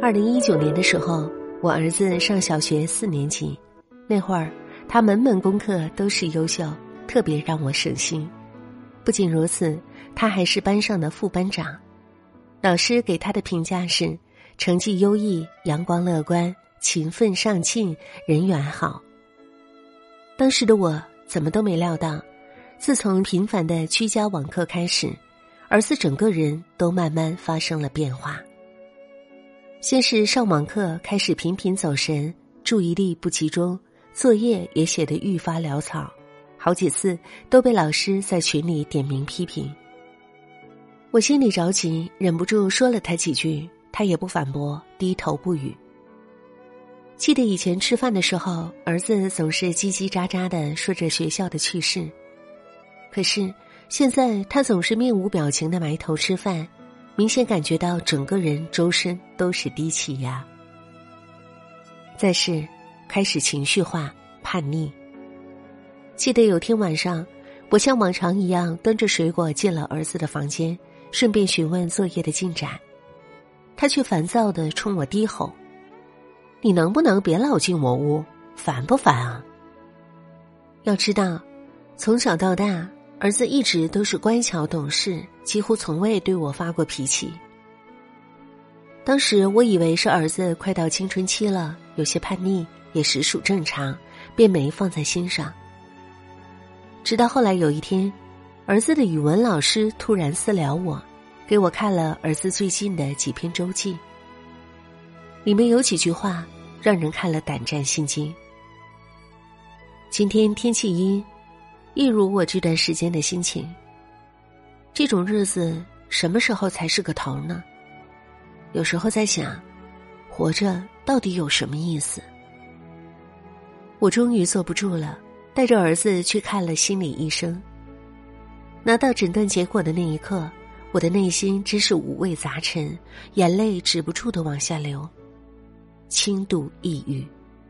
2019年的时候，我儿子上小学4年级，那会儿他门门功课都是优秀，特别让我省心。不仅如此，他还是班上的副班长，老师给他的评价是成绩优异、阳光乐观、勤奋上进、人缘好。当时的我怎么都没料到，自从频繁的居家网课开始，儿子整个人都慢慢发生了变化。先是上网课开始频频走神，注意力不集中，作业也写得愈发潦草，好几次都被老师在群里点名批评。我心里着急，忍不住说了他几句，他也不反驳，低头不语。记得以前吃饭的时候，儿子总是叽叽喳喳地说着学校的趣事，可是现在他总是面无表情地埋头吃饭，明显感觉到整个人周身都是低气压。再是开始情绪化、叛逆。记得有天晚上，我像往常一样端着水果进了儿子的房间，顺便询问作业的进展，他却烦躁地冲我低吼：“你能不能别老进我屋，烦不烦啊？”要知道，从小到大，儿子一直都是乖巧懂事，几乎从未对我发过脾气。当时我以为是儿子快到青春期了，有些叛逆也实属正常，便没放在心上。直到后来有一天，儿子的语文老师突然私聊我，给我看了儿子最近的几篇周记，里面有几句话让人看了胆战心惊。今天天气阴，一如我这段时间的心情。这种日子什么时候才是个头呢？有时候在想，活着到底有什么意思？我终于坐不住了，带着儿子去看了心理医生。拿到诊断结果的那一刻，我的内心真是五味杂陈，眼泪止不住地往下流。轻度抑郁。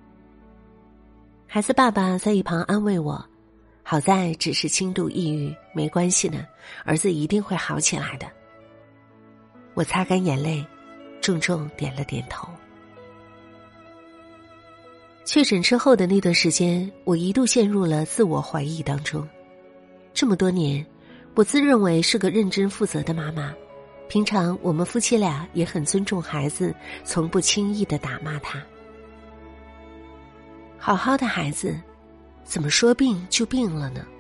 孩子爸爸在一旁安慰我，好在只是轻度抑郁，没关系的，儿子一定会好起来的。我擦干眼泪，重重点了点头。确诊之后的那段时间，我一度陷入了自我怀疑当中。这么多年，我自认为是个认真负责的妈妈，平常我们夫妻俩也很尊重孩子，从不轻易地打骂他。好好的孩子，怎么说病就病了呢？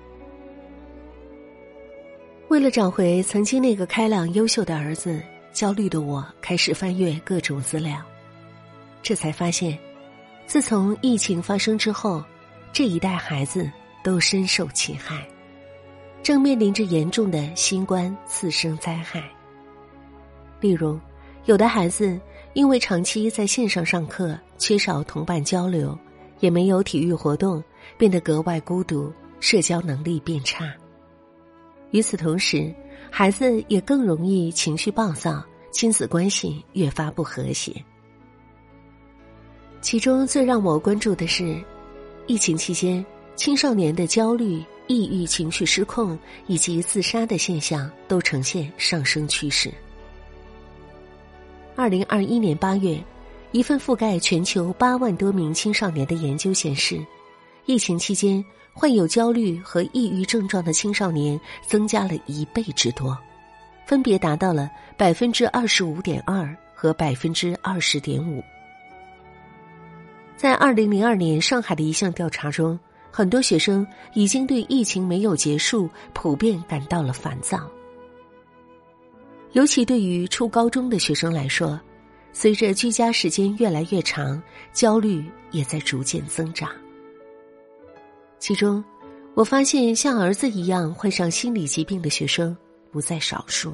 为了找回曾经那个开朗优秀的儿子，焦虑的我开始翻阅各种资料，这才发现，自从疫情发生之后，这一代孩子都深受其害，正面临着严重的新冠次生灾害。例如，有的孩子因为长期在线上上课，缺少同伴交流，也没有体育活动，变得格外孤独，社交能力变差。与此同时，孩子也更容易情绪暴躁，亲子关系越发不和谐。其中最让我关注的是，疫情期间青少年的焦虑、抑郁、情绪失控以及自杀的现象都呈现上升趋势。2021年8月，一份覆盖全球8万多名青少年的研究显示，疫情期间患有焦虑和抑郁症状的青少年增加了1倍之多，分别达到了 25.2% 和 20.5%。在2002年上海的一项调查中，很多学生已经对疫情没有结束普遍感到了烦躁。尤其对于初高中的学生来说，随着居家时间越来越长，焦虑也在逐渐增长。其中，我发现像儿子一样患上心理疾病的学生不在少数。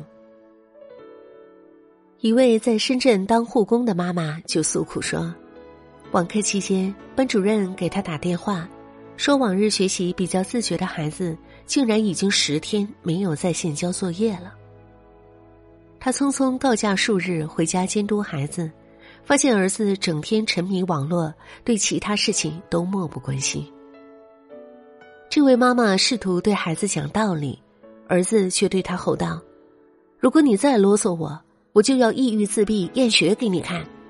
一位在深圳当护工的妈妈就诉苦说，网课期间，班主任给她打电话，说往日学习比较自觉的孩子，竟然已经10天没有在线交作业了。她匆匆告假数日回家监督孩子，发现儿子整天沉迷网络，对其他事情都漠不关心。这位妈妈试图对孩子讲道理，儿子却对她吼道：“如果你再啰嗦我，我就要抑郁自闭、厌学给你看。”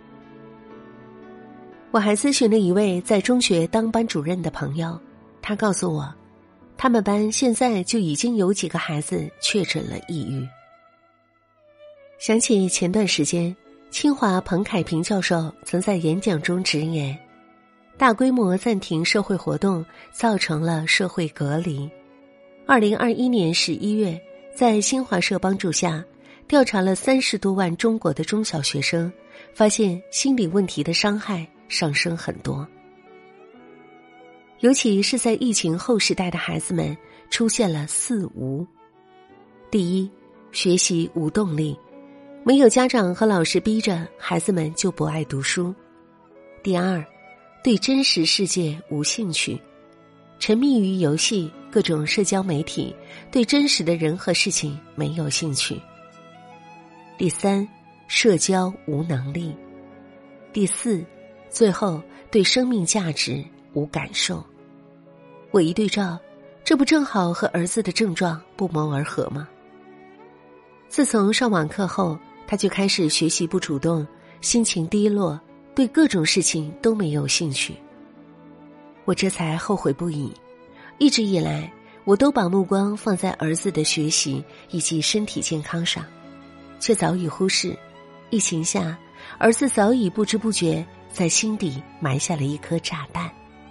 我还咨询了一位在中学当班主任的朋友，他告诉我，他们班现在就已经有几个孩子确诊了抑郁。想起前段时间，清华彭凯平教授曾在演讲中直言，大规模暂停社会活动造成了社会隔离。2021年11月，在新华社帮助下，调查了30多万中国的中小学生，发现心理问题的伤害上升很多。尤其是在疫情后时代的孩子们出现了4无。第一，学习无动力，没有家长和老师逼着，孩子们就不爱读书。第二，对真实世界无兴趣，沉迷于游戏、各种社交媒体，对真实的人和事情没有兴趣。第三，社交无能力。第四，最后对生命价值无感受。我一对照，这不正好和儿子的症状不谋而合吗？自从上网课后，他就开始学习不主动，心情低落，对各种事情都没有兴趣。我这才后悔不已，一直以来我都把目光放在儿子的学习以及身体健康上，却早已忽视，疫情下儿子早已不知不觉在心底埋下了一颗炸弹。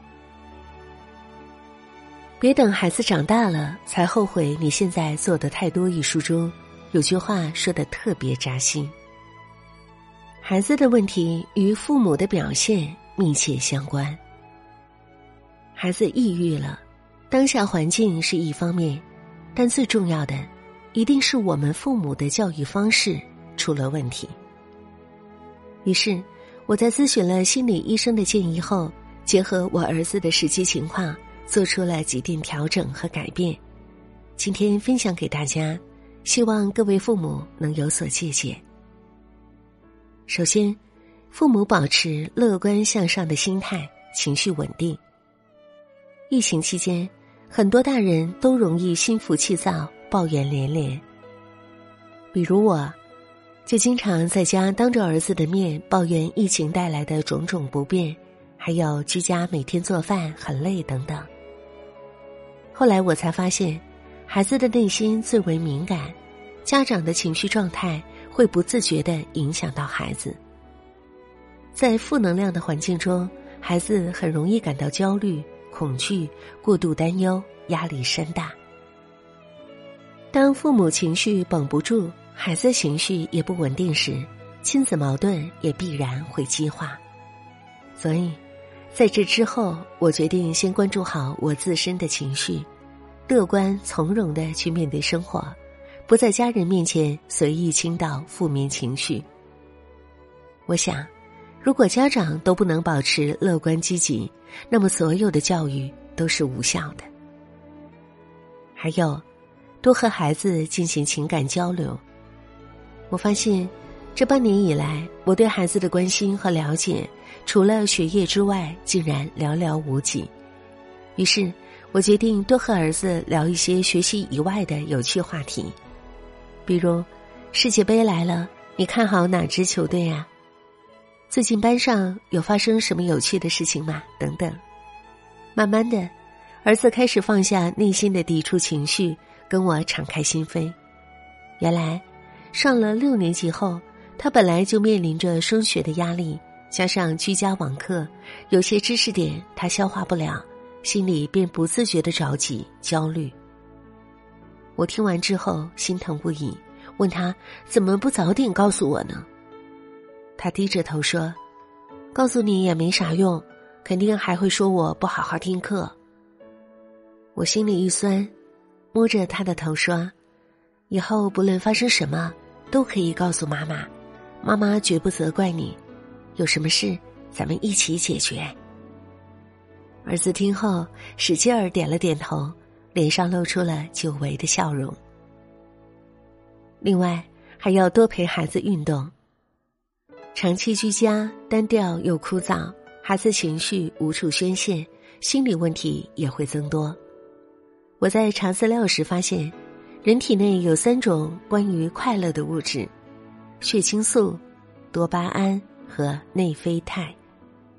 别等孩子长大了才后悔你现在做的太多，一书中有句话说得特别扎心，孩子的问题与父母的表现密切相关。孩子抑郁了，当下环境是一方面，但最重要的一定是我们父母的教育方式出了问题。于是我在咨询了心理医生的建议后，结合我儿子的实际情况，做出了几点调整和改变，今天分享给大家，希望各位父母能有所借鉴。首先，父母保持乐观向上的心态，情绪稳定。疫情期间，很多大人都容易心浮气躁，抱怨连连。比如我，就经常在家当着儿子的面抱怨疫情带来的种种不便，还有居家每天做饭很累等等。后来我才发现，孩子的内心最为敏感，家长的情绪状态会不自觉地影响到孩子。在负能量的环境中，孩子很容易感到焦虑、恐惧、过度担忧，压力山大。当父母情绪绷不住，孩子情绪也不稳定时，亲子矛盾也必然会激化。所以在这之后，我决定先关注好我自身的情绪，乐观从容地去面对生活，不在家人面前随意倾倒负面情绪。我想，如果家长都不能保持乐观积极，那么所有的教育都是无效的。还有，多和孩子进行情感交流。我发现，这半年以来，我对孩子的关心和了解，除了学业之外，竟然寥寥无几。于是，我决定多和儿子聊一些学习以外的有趣话题，比如世界杯来了，你看好哪支球队啊？最近班上有发生什么有趣的事情吗？等等。慢慢的，儿子开始放下内心的抵触情绪，跟我敞开心扉。原来上了6年级后，他本来就面临着升学的压力，加上居家网课，有些知识点他消化不了，心里便不自觉地着急焦虑。我听完之后心疼不已，问他怎么不早点告诉我呢？他低着头说，告诉你也没啥用，肯定还会说我不好好听课。我心里一酸，摸着他的头说，以后不论发生什么都可以告诉妈妈，妈妈绝不责怪你，有什么事咱们一起解决。儿子听后使劲儿点了点头，脸上露出了久违的笑容。另外还要多陪孩子运动，长期居家单调又枯燥，孩子情绪无处宣泄，心理问题也会增多。我在查资料时发现，人体内有3种关于快乐的物质，血清素、多巴胺和内啡肽。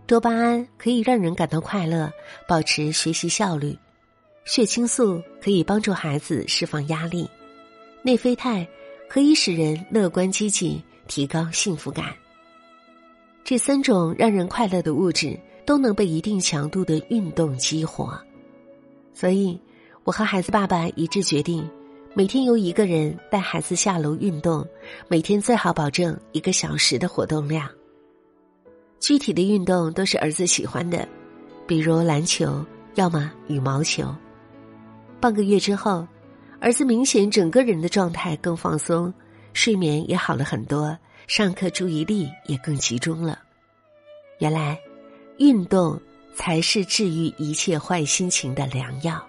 多巴胺可以让人感到快乐，保持学习效率；血清素可以帮助孩子释放压力；内啡肽可以使人乐观积极，提高幸福感。这3种让人快乐的物质都能被一定强度的运动激活。所以我和孩子爸爸一致决定，每天由一个人带孩子下楼运动，每天最好保证1个小时的活动量。具体的运动都是儿子喜欢的，比如篮球，要么羽毛球。半个月之后，儿子明显整个人的状态更放松，睡眠也好了很多，上课注意力也更集中了。原来运动才是治愈一切坏心情的良药。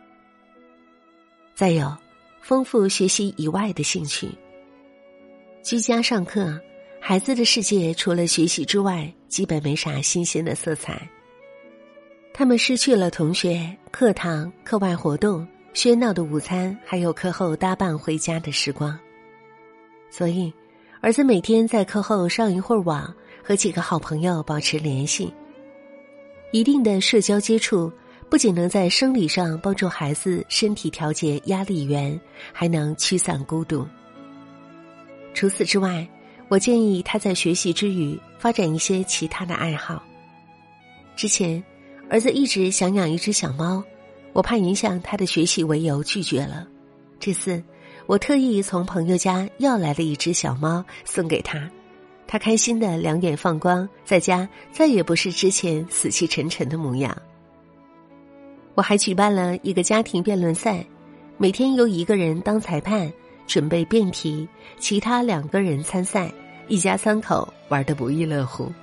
再有，丰富学习以外的兴趣。居家上课，孩子的世界除了学习之外，基本没啥新鲜的色彩。他们失去了同学、课堂、课外活动、喧闹的午餐，还有课后搭伴回家的时光。所以，儿子每天在课后上一会儿网，和几个好朋友保持联系。一定的社交接触不仅能在生理上帮助孩子身体调节压力源，还能驱散孤独。除此之外，我建议他在学习之余发展一些其他的爱好。之前儿子一直想养一只小猫，我怕影响他的学习为由拒绝了。这次我特意从朋友家要来了一只小猫送给他，他开心的两眼放光，在家再也不是之前死气沉沉的模样。我还举办了一个家庭辩论赛，每天由1个人当裁判，准备辩题，其他2个人参赛，一家3口玩得不亦乐乎。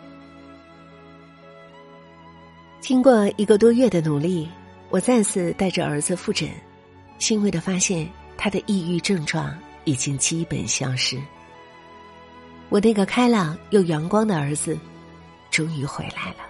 经过1个多月的努力，我再次带着儿子复诊，欣慰地发现他的抑郁症状已经基本消失。我那个开朗又阳光的儿子终于回来了。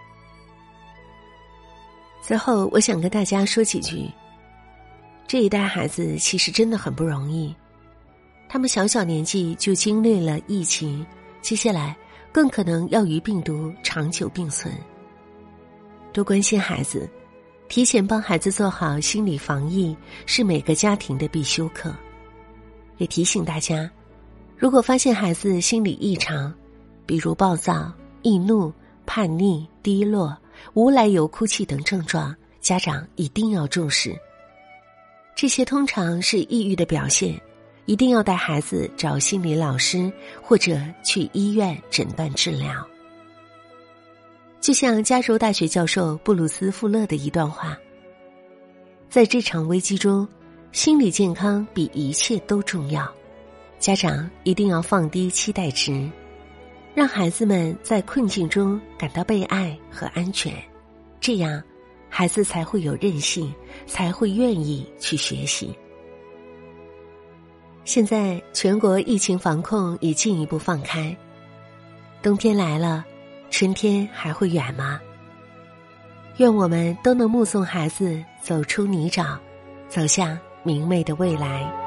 最后我想跟大家说几句，这一代孩子其实真的很不容易，他们小小年纪就经历了疫情，接下来更可能要与病毒长久并存。多关心孩子，提前帮孩子做好心理防疫，是每个家庭的必修课。也提醒大家，如果发现孩子心理异常，比如暴躁、易怒、叛逆、低落、无来由哭泣等症状，家长一定要重视。这些通常是抑郁的表现，一定要带孩子找心理老师或者去医院诊断治疗。就像加州大学教授布鲁斯·富勒的一段话，在这场危机中，心理健康比一切都重要，家长一定要放低期待值，让孩子们在困境中感到被爱和安全，这样孩子才会有韧性，才会愿意去学习。现在全国疫情防控已进一步放开，冬天来了，春天还会远吗？愿我们都能目送孩子走出泥沼，走向明媚的未来。